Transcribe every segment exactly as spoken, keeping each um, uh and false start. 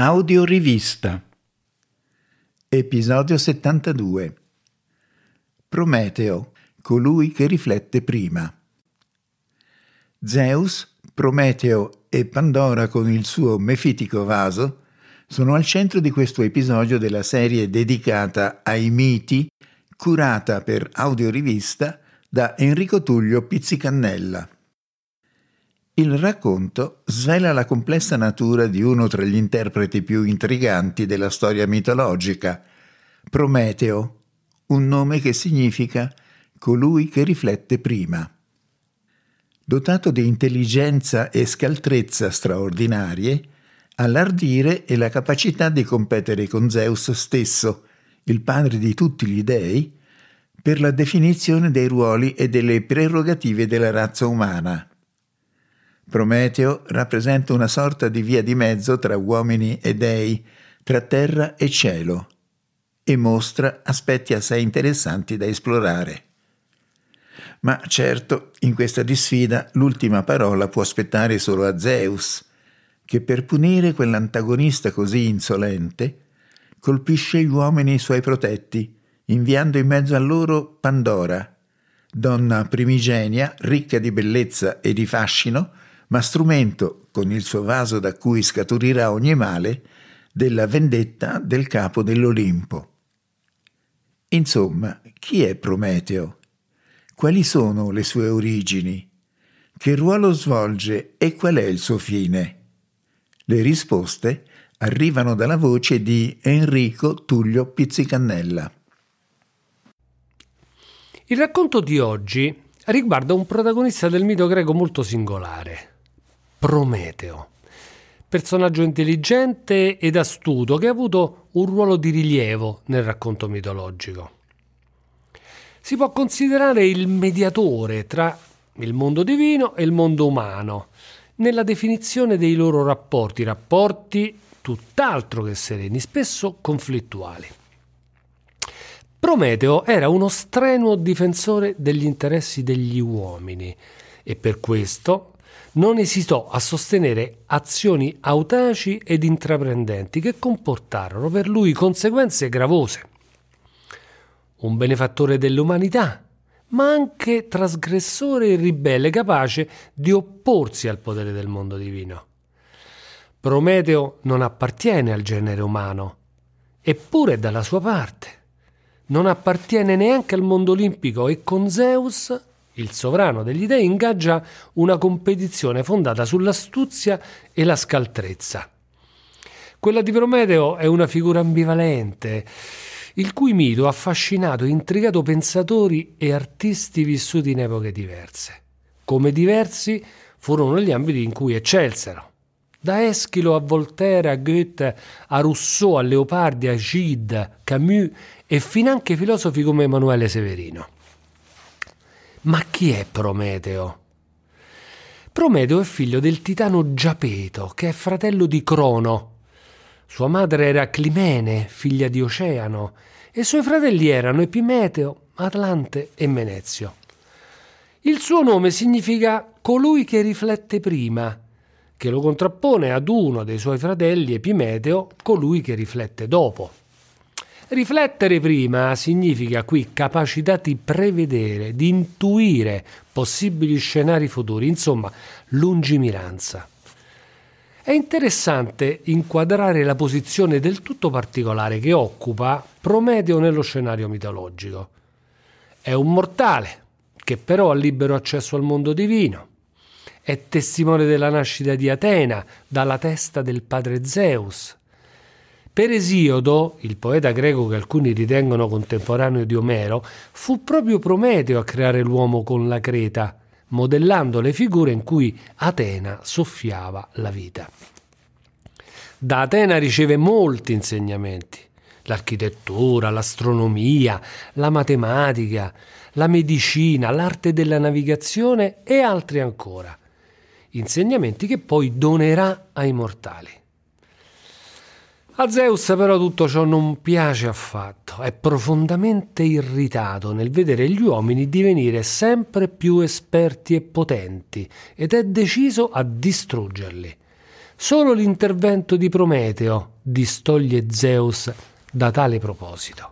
Audiorivista. Episodio settantadue. Prometeo, colui che riflette prima. Zeus, Prometeo e Pandora con il suo mefitico vaso sono al centro di questo episodio della serie dedicata ai miti, curata per Audiorivista da Enrico Tullio Pizzicannella. Il racconto svela la complessa natura di uno tra gli interpreti più intriganti della storia mitologica, Prometeo, un nome che significa colui che riflette prima. Dotato di intelligenza e scaltrezza straordinarie, ha l'ardire e la capacità di competere con Zeus stesso, il padre di tutti gli dei, per la definizione dei ruoli e delle prerogative della razza umana. Prometeo rappresenta una sorta di via di mezzo tra uomini e dei, tra terra e cielo, e mostra aspetti assai interessanti da esplorare. Ma certo, in questa disfida l'ultima parola può aspettare solo a Zeus, che per punire quell'antagonista così insolente colpisce gli uomini suoi protetti, inviando in mezzo a loro Pandora, donna primigenia, ricca di bellezza e di fascino, ma strumento, con il suo vaso da cui scaturirà ogni male, della vendetta del capo dell'Olimpo. Insomma, chi è Prometeo? Quali sono le sue origini? Che ruolo svolge e qual è il suo fine? Le risposte arrivano dalla voce di Enrico Tullio Pizzicannella. Il racconto di oggi riguarda un protagonista del mito greco molto singolare, Prometeo, personaggio intelligente ed astuto che ha avuto un ruolo di rilievo nel racconto mitologico. Si può considerare il mediatore tra il mondo divino e il mondo umano nella definizione dei loro rapporti, rapporti tutt'altro che sereni, spesso conflittuali. Prometeo era uno strenuo difensore degli interessi degli uomini e per questo non esitò a sostenere azioni audaci ed intraprendenti che comportarono per lui conseguenze gravose. Un benefattore dell'umanità, ma anche trasgressore e ribelle capace di opporsi al potere del mondo divino. Prometeo non appartiene al genere umano, eppure è dalla sua parte. Non appartiene neanche al mondo olimpico e con Zeus, il sovrano degli dei, ingaggia una competizione fondata sull'astuzia e la scaltrezza. Quella di Prometeo è una figura ambivalente, il cui mito ha affascinato e intrigato pensatori e artisti vissuti in epoche diverse. Come diversi furono gli ambiti in cui eccelsero. Da Eschilo a Voltaire, a Goethe, a Rousseau, a Leopardi, a Gide, Camus e finanche filosofi come Emanuele Severino. Ma chi è Prometeo? Prometeo è figlio del titano Giapeto, che è fratello di Crono. Sua madre era Climene, figlia di Oceano, e i suoi fratelli erano Epimeteo, Atlante e Menezio. Il suo nome significa colui che riflette prima, che lo contrappone ad uno dei suoi fratelli Epimeteo, colui che riflette dopo. Riflettere prima significa qui capacità di prevedere, di intuire possibili scenari futuri, insomma, lungimiranza. È interessante inquadrare la posizione del tutto particolare che occupa Prometeo nello scenario mitologico. È un mortale che però ha libero accesso al mondo divino. È testimone della nascita di Atena dalla testa del padre Zeus. Per Esiodo, il poeta greco che alcuni ritengono contemporaneo di Omero, fu proprio Prometeo a creare l'uomo con la creta, modellando le figure in cui Atena soffiava la vita. Da Atena riceve molti insegnamenti: l'architettura, l'astronomia, la matematica, la medicina, l'arte della navigazione e altri ancora. Insegnamenti che poi donerà ai mortali. A Zeus però tutto ciò non piace affatto, è profondamente irritato nel vedere gli uomini divenire sempre più esperti e potenti ed è deciso a distruggerli. Solo l'intervento di Prometeo distoglie Zeus da tale proposito.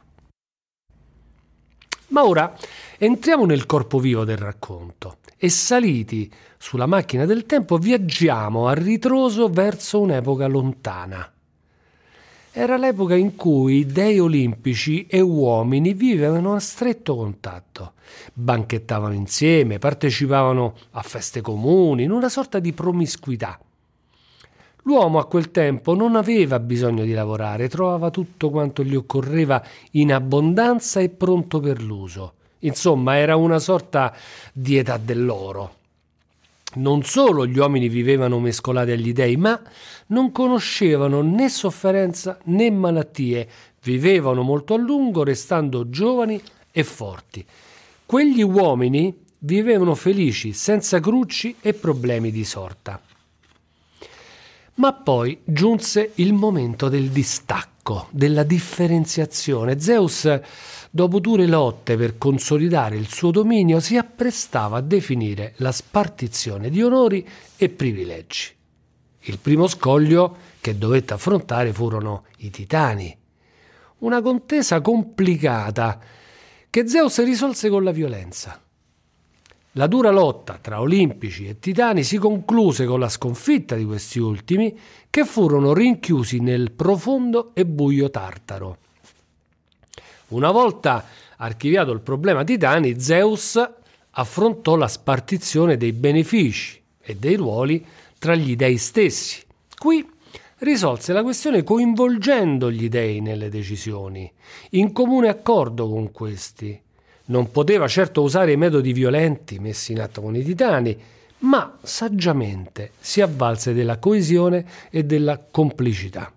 Ma ora entriamo nel corpo vivo del racconto e, saliti sulla macchina del tempo, viaggiamo a ritroso verso un'epoca lontana. Era l'epoca in cui dei olimpici e uomini vivevano a stretto contatto, banchettavano insieme, partecipavano a feste comuni, in una sorta di promiscuità. L'uomo a quel tempo non aveva bisogno di lavorare, trovava tutto quanto gli occorreva in abbondanza e pronto per l'uso. Insomma, era una sorta di età dell'oro. Non solo gli uomini vivevano mescolati agli dei, ma non conoscevano né sofferenza né malattie, vivevano molto a lungo, restando giovani e forti. Quegli uomini vivevano felici, senza crucci e problemi di sorta. Ma poi giunse il momento del distacco, della differenziazione. Zeus, dopo dure lotte per consolidare il suo dominio, si apprestava a definire la spartizione di onori e privilegi. Il primo scoglio che dovette affrontare furono i Titani. Una contesa complicata che Zeus risolse con la violenza. La dura lotta tra olimpici e titani si concluse con la sconfitta di questi ultimi, che furono rinchiusi nel profondo e buio Tartaro. Una volta archiviato il problema titani, Zeus affrontò la spartizione dei benefici e dei ruoli tra gli dei stessi. Qui risolse la questione coinvolgendo gli dei nelle decisioni, in comune accordo con questi. Non poteva certo usare i metodi violenti messi in atto con i titani, ma saggiamente si avvalse della coesione e della complicità.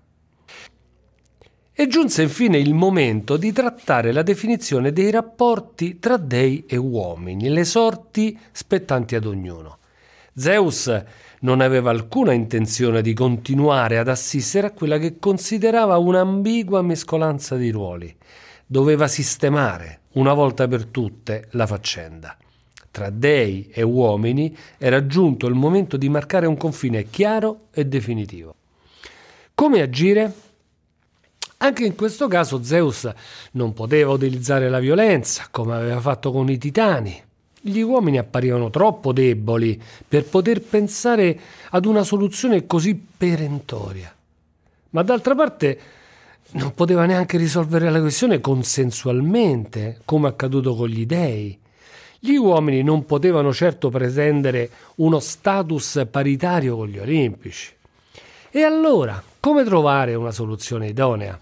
E giunse infine il momento di trattare la definizione dei rapporti tra dei e uomini, le sorti spettanti ad ognuno. Zeus non aveva alcuna intenzione di continuare ad assistere a quella che considerava un'ambigua mescolanza di ruoli. Doveva sistemare una volta per tutte la faccenda. Tra dei e uomini era giunto il momento di marcare un confine chiaro e definitivo. Come agire? Anche in questo caso Zeus non poteva utilizzare la violenza come aveva fatto con i titani. Gli uomini apparivano troppo deboli per poter pensare ad una soluzione così perentoria. Ma d'altra parte non poteva neanche risolvere la questione consensualmente, come accaduto con gli dei. Gli uomini non potevano certo pretendere uno status paritario con gli olimpici. E allora, come trovare una soluzione idonea?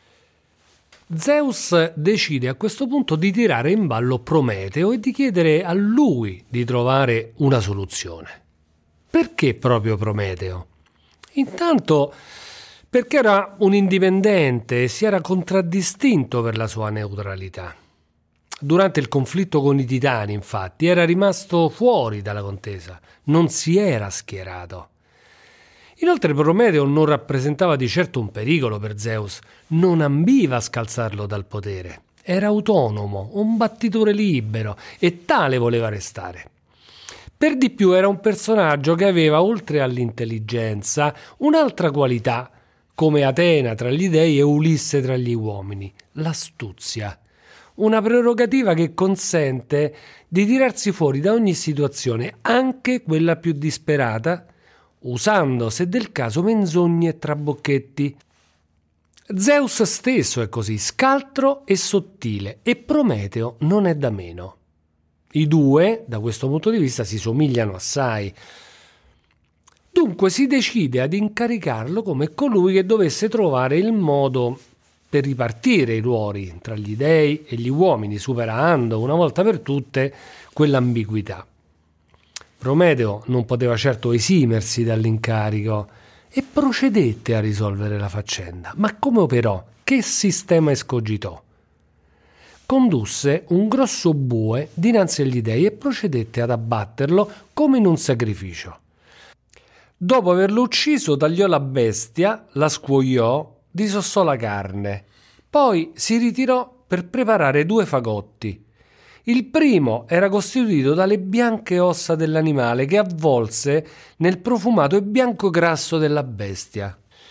Zeus decide a questo punto di tirare in ballo Prometeo e di chiedere a lui di trovare una soluzione. Perché proprio Prometeo? Intanto perché era un indipendente e si era contraddistinto per la sua neutralità. Durante il conflitto con i titani, infatti, era rimasto fuori dalla contesa, non si era schierato. Inoltre Prometeo non rappresentava di certo un pericolo per Zeus, non ambiva a scalzarlo dal potere. Era autonomo, un battitore libero e tale voleva restare. Per di più era un personaggio che aveva, oltre all'intelligenza, un'altra qualità, come Atena tra gli dei e Ulisse tra gli uomini, l'astuzia. Una prerogativa che consente di tirarsi fuori da ogni situazione, anche quella più disperata, usando, se del caso, menzogne e trabocchetti. Zeus stesso è così, scaltro e sottile, e Prometeo non è da meno. I due, da questo punto di vista, si somigliano assai. Dunque si decide ad incaricarlo come colui che dovesse trovare il modo per ripartire i ruoli tra gli dei e gli uomini, superando una volta per tutte quell'ambiguità. Prometeo non poteva certo esimersi dall'incarico e procedette a risolvere la faccenda. Ma come operò? Che sistema escogitò? Condusse un grosso bue dinanzi agli dei e procedette ad abbatterlo come in un sacrificio. Dopo averlo ucciso, tagliò la bestia, la scuoiò, disossò la carne. Poi si ritirò per preparare due fagotti. Il primo era costituito dalle bianche ossa dell'animale che avvolse nel profumato e bianco grasso della bestia.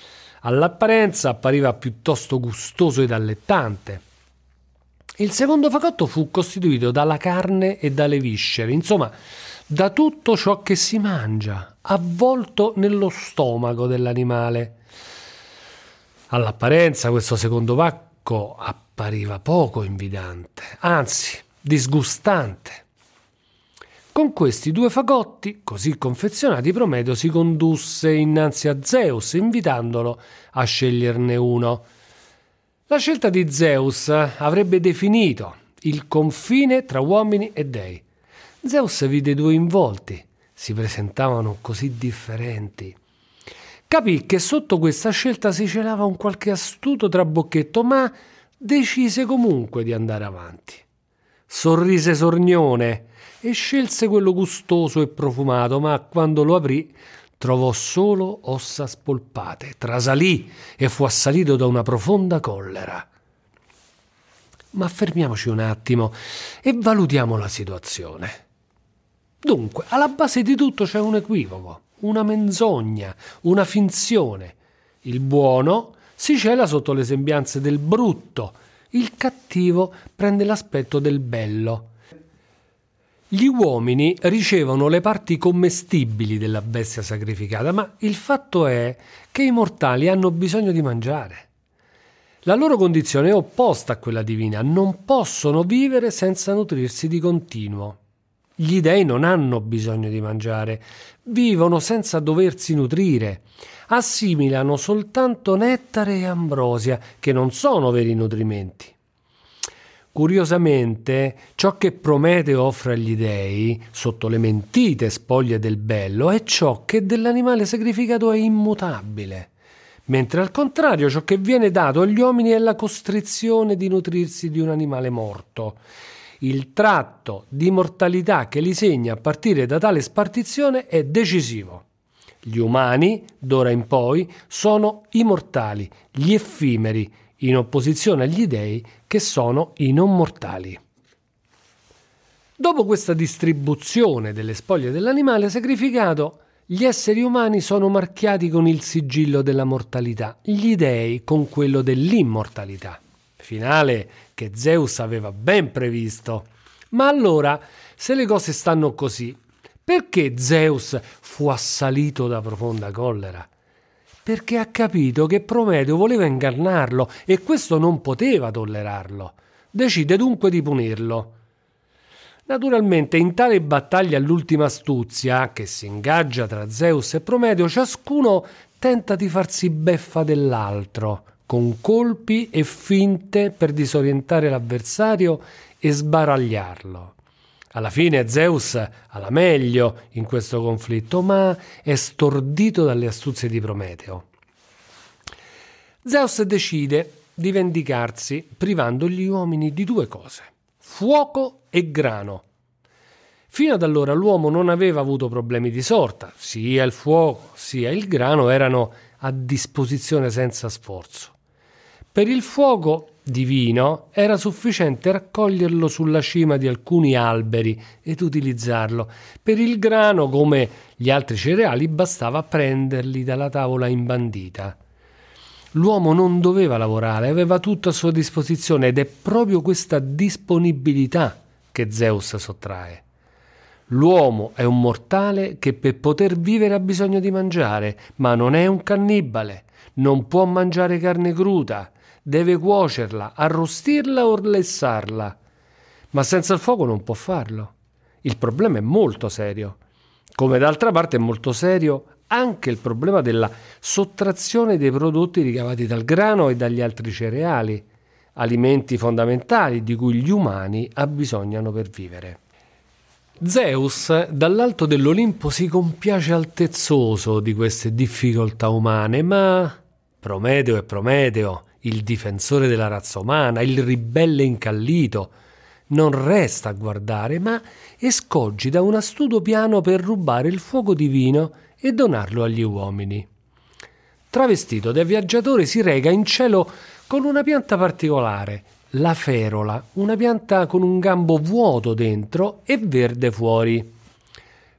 All'apparenza appariva piuttosto gustoso ed allettante. Il secondo fagotto fu costituito dalla carne e dalle viscere, insomma, da tutto ciò che si mangia, avvolto nello stomaco dell'animale. All'apparenza questo secondo pacco appariva poco invidante, anzi disgustante. Con questi due fagotti, così confezionati, Prometeo si condusse innanzi a Zeus, invitandolo a sceglierne uno. La scelta di Zeus avrebbe definito il confine tra uomini e dei. Zeus vide i due involti, si presentavano così differenti. Capì che sotto questa scelta si celava un qualche astuto trabocchetto, ma decise comunque di andare avanti. Sorrise sornione e scelse quello gustoso e profumato, ma quando lo aprì trovò solo ossa spolpate, trasalì e fu assalito da una profonda collera. Ma fermiamoci un attimo e valutiamo la situazione. Dunque, alla base di tutto c'è un equivoco, una menzogna, una finzione. Il buono si cela sotto le sembianze del brutto, il cattivo prende l'aspetto del bello. Gli uomini ricevono le parti commestibili della bestia sacrificata, ma il fatto è che i mortali hanno bisogno di mangiare. La loro condizione è opposta a quella divina, non possono vivere senza nutrirsi di continuo. Gli dei non hanno bisogno di mangiare, vivono senza doversi nutrire, assimilano soltanto nettare e ambrosia, che non sono veri nutrimenti. Curiosamente, ciò che Prometeo offre agli dei, sotto le mentite spoglie del bello, è ciò che dell'animale sacrificato è immutabile, mentre al contrario ciò che viene dato agli uomini è la costrizione di nutrirsi di un animale morto. Il tratto di mortalità che li segna a partire da tale spartizione è decisivo. Gli umani, d'ora in poi, sono immortali, gli effimeri, in opposizione agli dei che sono i non mortali. Dopo questa distribuzione delle spoglie dell'animale sacrificato, gli esseri umani sono marchiati con il sigillo della mortalità, gli dei con quello dell'immortalità, finale che Zeus aveva ben previsto. Ma allora, se le cose stanno così, perché Zeus fu assalito da profonda collera? Perché ha capito che Prometeo voleva ingannarlo e questo non poteva tollerarlo. Decide dunque di punirlo. Naturalmente in tale battaglia all'ultima astuzia, che si ingaggia tra Zeus e Prometeo, ciascuno tenta di farsi beffa dell'altro, con colpi e finte per disorientare l'avversario e sbaragliarlo. Alla fine Zeus ha la meglio in questo conflitto, ma è stordito dalle astuzie di Prometeo. Zeus decide di vendicarsi privando gli uomini di due cose: fuoco e grano. Fino ad allora l'uomo non aveva avuto problemi di sorta, sia il fuoco sia il grano erano a disposizione senza sforzo. Per il fuoco divino era sufficiente raccoglierlo sulla cima di alcuni alberi ed utilizzarlo. Per il grano, come gli altri cereali, bastava prenderli dalla tavola imbandita. L'uomo non doveva lavorare, aveva tutto a sua disposizione ed è proprio questa disponibilità che Zeus sottrae. L'uomo è un mortale che per poter vivere ha bisogno di mangiare, ma non è un cannibale, non può mangiare carne cruda, deve cuocerla, arrostirla o lessarla, ma senza il fuoco non può farlo. Il problema è molto serio, come d'altra parte è molto serio anche il problema della sottrazione dei prodotti ricavati dal grano e dagli altri cereali, alimenti fondamentali di cui gli umani abbisognano per vivere. Zeus dall'alto dell'Olimpo si compiace altezzoso di queste difficoltà umane, ma Prometeo è Prometeo, il difensore della razza umana, il ribelle incallito, non resta a guardare, ma escogita un astuto piano per rubare il fuoco divino e donarlo agli uomini. Travestito da viaggiatore si reca in cielo con una pianta particolare, la ferola, una pianta con un gambo vuoto dentro e verde fuori.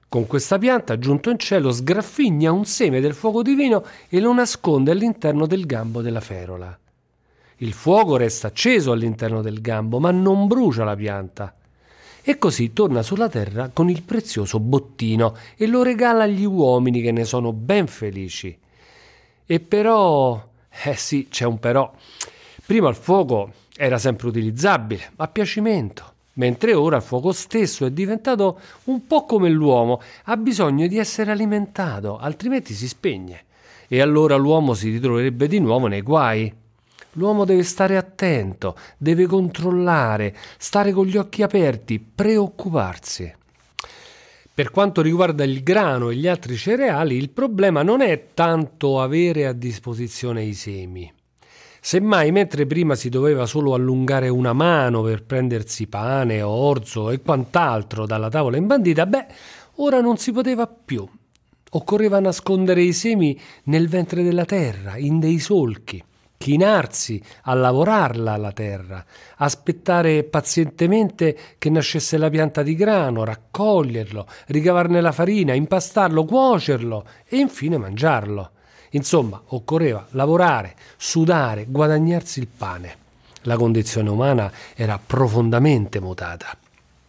Con questa pianta, giunto in cielo, sgraffigna un seme del fuoco divino e lo nasconde all'interno del gambo della ferola. Il fuoco resta acceso all'interno del gambo, ma non brucia la pianta. E così torna sulla terra con il prezioso bottino e lo regala agli uomini, che ne sono ben felici. E però, eh sì, c'è un però. Prima il fuoco era sempre utilizzabile, a piacimento. Mentre ora il fuoco stesso è diventato un po' come l'uomo, ha bisogno di essere alimentato, altrimenti si spegne. E allora l'uomo si ritroverebbe di nuovo nei guai. L'uomo deve stare attento, deve controllare, stare con gli occhi aperti, preoccuparsi. Per quanto riguarda il grano e gli altri cereali, il problema non è tanto avere a disposizione i semi. Semmai, mentre prima si doveva solo allungare una mano per prendersi pane, orzo e quant'altro dalla tavola imbandita, beh, ora non si poteva più. Occorreva nascondere i semi nel ventre della terra, in dei solchi, chinarsi a lavorarla la terra, aspettare pazientemente che nascesse la pianta di grano, raccoglierlo, ricavarne la farina, impastarlo, cuocerlo e infine mangiarlo. Insomma, occorreva lavorare, sudare, guadagnarsi il pane. La condizione umana era profondamente mutata.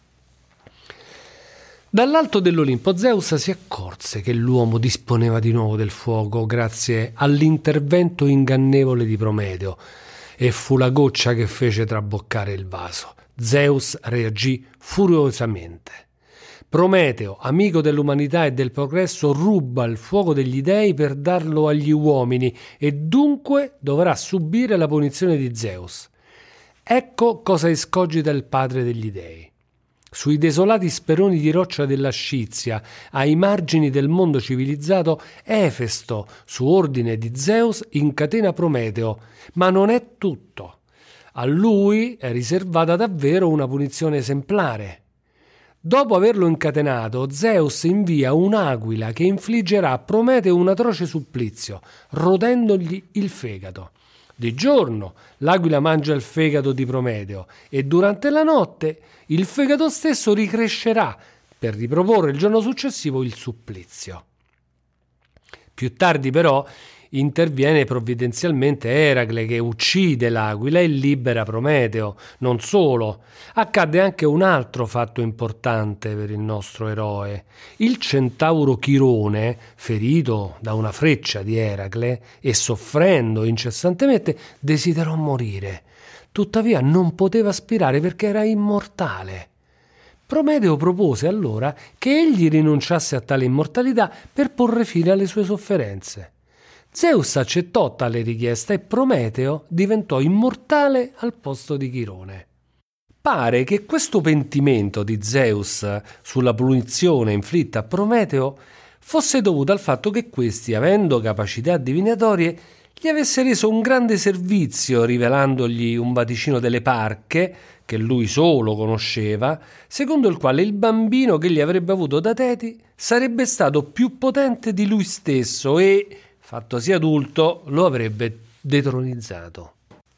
Dall'alto dell'Olimpo Zeus si accorse che l'uomo disponeva di nuovo del fuoco grazie all'intervento ingannevole di Prometeo, e fu la goccia che fece traboccare il vaso. Zeus reagì furiosamente. Prometeo, amico dell'umanità e del progresso, ruba il fuoco degli dei per darlo agli uomini e dunque dovrà subire la punizione di Zeus. Ecco cosa escogita il padre degli dei. Sui desolati speroni di roccia della Scizia, ai margini del mondo civilizzato, Efesto, su ordine di Zeus, incatena Prometeo. Ma non è tutto. A lui è riservata davvero una punizione esemplare. Dopo averlo incatenato, Zeus invia un'aquila che infliggerà a Prometeo un atroce supplizio, rodendogli il fegato. Di giorno l'aquila mangia il fegato di Prometeo e durante la notte il fegato stesso ricrescerà per riproporre il giorno successivo il supplizio. Più tardi però interviene provvidenzialmente Eracle, che uccide l'aquila e libera Prometeo. Non solo, accadde anche un altro fatto importante per il nostro eroe. Il centauro Chirone, ferito da una freccia di Eracle e soffrendo incessantemente, desiderò morire. Tuttavia non poteva aspirare perché era immortale. Prometeo propose allora che egli rinunciasse a tale immortalità per porre fine alle sue sofferenze. Zeus accettò tale richiesta e Prometeo diventò immortale al posto di Chirone. Pare che questo pentimento di Zeus sulla punizione inflitta a Prometeo fosse dovuto al fatto che questi, avendo capacità divinatorie, gli avesse reso un grande servizio rivelandogli un vaticino delle parche che lui solo conosceva, secondo il quale il bambino che gli avrebbe avuto da Teti sarebbe stato più potente di lui stesso e, fattosi adulto, lo avrebbe detronizzato.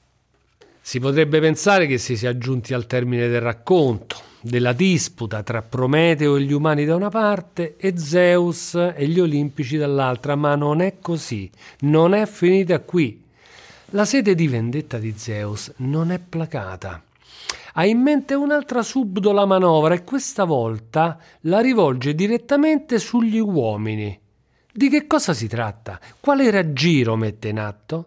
Si potrebbe pensare che si sia giunti al termine del racconto, della disputa tra Prometeo e gli umani da una parte e Zeus e gli olimpici dall'altra, ma non è così, non è finita qui. La sete di vendetta di Zeus non è placata. Ha in mente un'altra subdola manovra e questa volta la rivolge direttamente sugli uomini. Di che cosa si tratta? Quale raggiro mette in atto?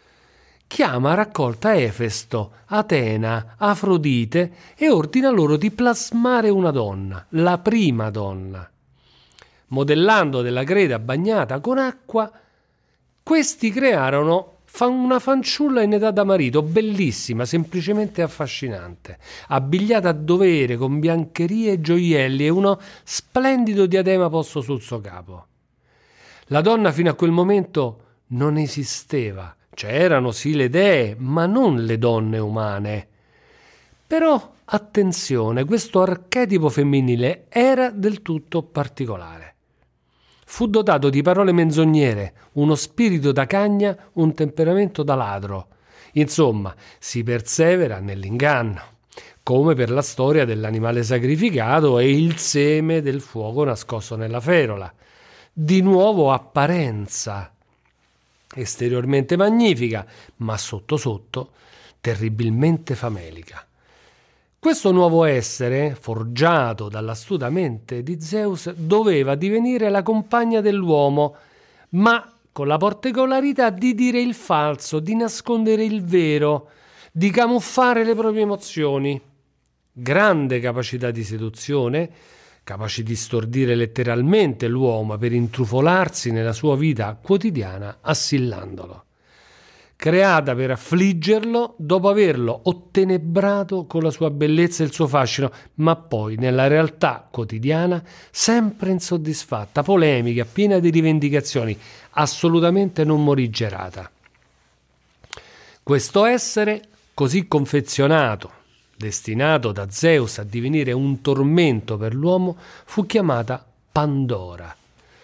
Chiama a raccolta Efesto, Atena, Afrodite e ordina loro di plasmare una donna, la prima donna. Modellando della creta bagnata con acqua, questi crearono una fanciulla in età da marito, bellissima, semplicemente affascinante, abbigliata a dovere con biancherie e gioielli e uno splendido diadema posto sul suo capo. La donna fino a quel momento non esisteva. C'erano sì le dee, ma non le donne umane. Però, attenzione, questo archetipo femminile era del tutto particolare. Fu dotato di parole menzognere, uno spirito da cagna, un temperamento da ladro. Insomma, si persevera nell'inganno. come per la storia dell'animale sacrificato e il seme del fuoco nascosto nella ferola. Di nuovo apparenza esteriormente magnifica, ma sotto sotto terribilmente famelica. Questo nuovo essere, forgiato dall'astuta mente di Zeus, doveva divenire la compagna dell'uomo, ma con la particolarità di dire il falso, di nascondere il vero, di camuffare le proprie emozioni. Grande capacità di seduzione, capace di stordire letteralmente l'uomo per intrufolarsi nella sua vita quotidiana assillandolo. Creata per affliggerlo dopo averlo ottenebrato con la sua bellezza e il suo fascino, ma poi nella realtà quotidiana sempre insoddisfatta, polemica, piena di rivendicazioni, assolutamente non morigerata. Questo essere così confezionato, destinato da Zeus a divenire un tormento per l'uomo, fu chiamata Pandora.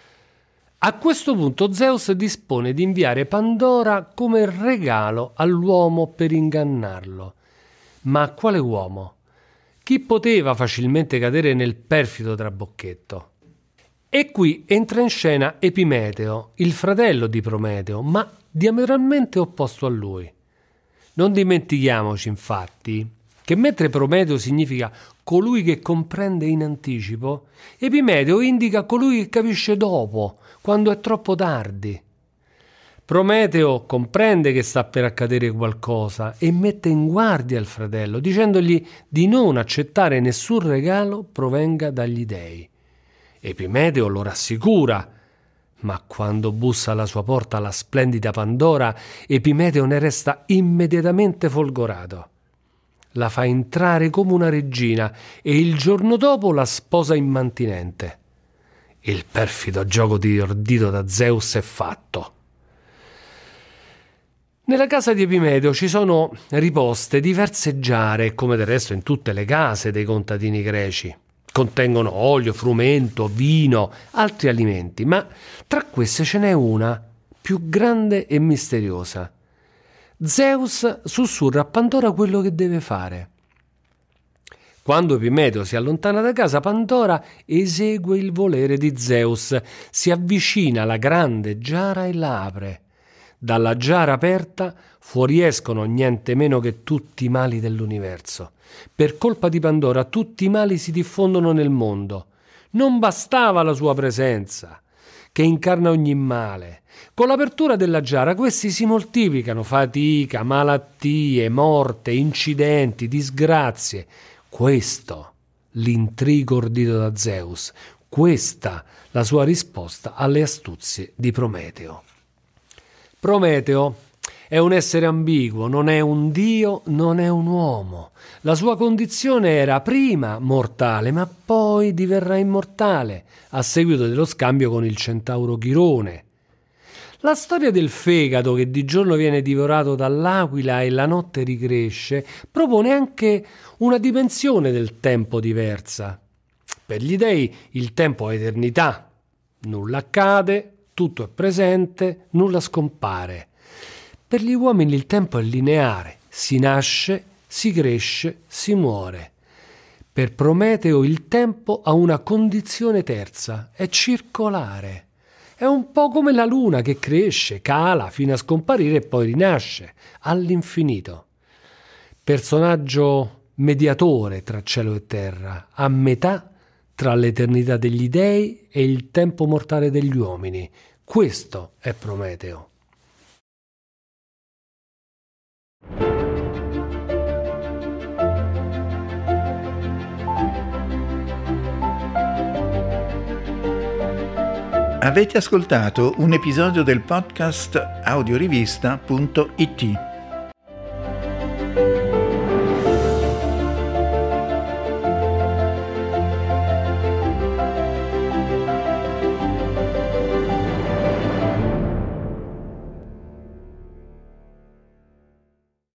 A questo punto Zeus dispone di inviare Pandora come regalo all'uomo per ingannarlo. Ma a quale uomo? Chi poteva facilmente cadere nel perfido trabocchetto? E qui entra in scena Epimeteo, il fratello di Prometeo, ma diametralmente opposto a lui. Non dimentichiamoci, infatti, che mentre Prometeo significa colui che comprende in anticipo, Epimeteo indica colui che capisce dopo, quando è troppo tardi. Prometeo comprende che sta per accadere qualcosa e mette in guardia il fratello, dicendogli di non accettare nessun regalo provenga dagli dei. Epimeteo lo rassicura, ma quando bussa alla sua porta la splendida Pandora, Epimeteo ne resta immediatamente folgorato. La fa entrare come una regina e il giorno dopo la sposa immantinente. Il perfido gioco di ordito da Zeus è fatto. Nella casa di Epimeteo ci sono riposte diverse giare, come del resto in tutte le case dei contadini greci. Contengono olio, frumento, vino, altri alimenti, ma tra queste ce n'è una più grande e misteriosa. Zeus sussurra a Pandora quello che deve fare. Quando Epimeteo si allontana da casa, Pandora esegue il volere di Zeus, si avvicina alla grande giara e la apre. Dalla giara aperta fuoriescono niente meno che tutti i mali dell'universo. Per colpa di Pandora tutti i mali si diffondono nel mondo. Non bastava la sua presenza, che incarna ogni male. Con l'apertura della giara questi si moltiplicano: fatica, malattie, morte, incidenti, disgrazie. Questo l'intrigo ordito da Zeus, questa la sua risposta alle astuzie di Prometeo. Prometeo è un essere ambiguo, non è un dio, non è un uomo. La sua condizione era prima mortale, ma poi diverrà immortale a seguito dello scambio con il centauro Chirone. La storia del fegato che di giorno viene divorato dall'aquila e la notte ricresce propone anche una dimensione del tempo diversa. Per gli dei il tempo è eternità, nulla accade, tutto è presente, nulla scompare. Per gli uomini il tempo è lineare, si nasce, si cresce, si muore. Per Prometeo il tempo ha una condizione terza, è circolare. È un po' come la luna che cresce, cala fino a scomparire e poi rinasce all'infinito. Personaggio mediatore tra cielo e terra, a metà tra l'eternità degli dei e il tempo mortale degli uomini. Questo è Prometeo. Avete ascoltato un episodio del podcast audiorivista punto it.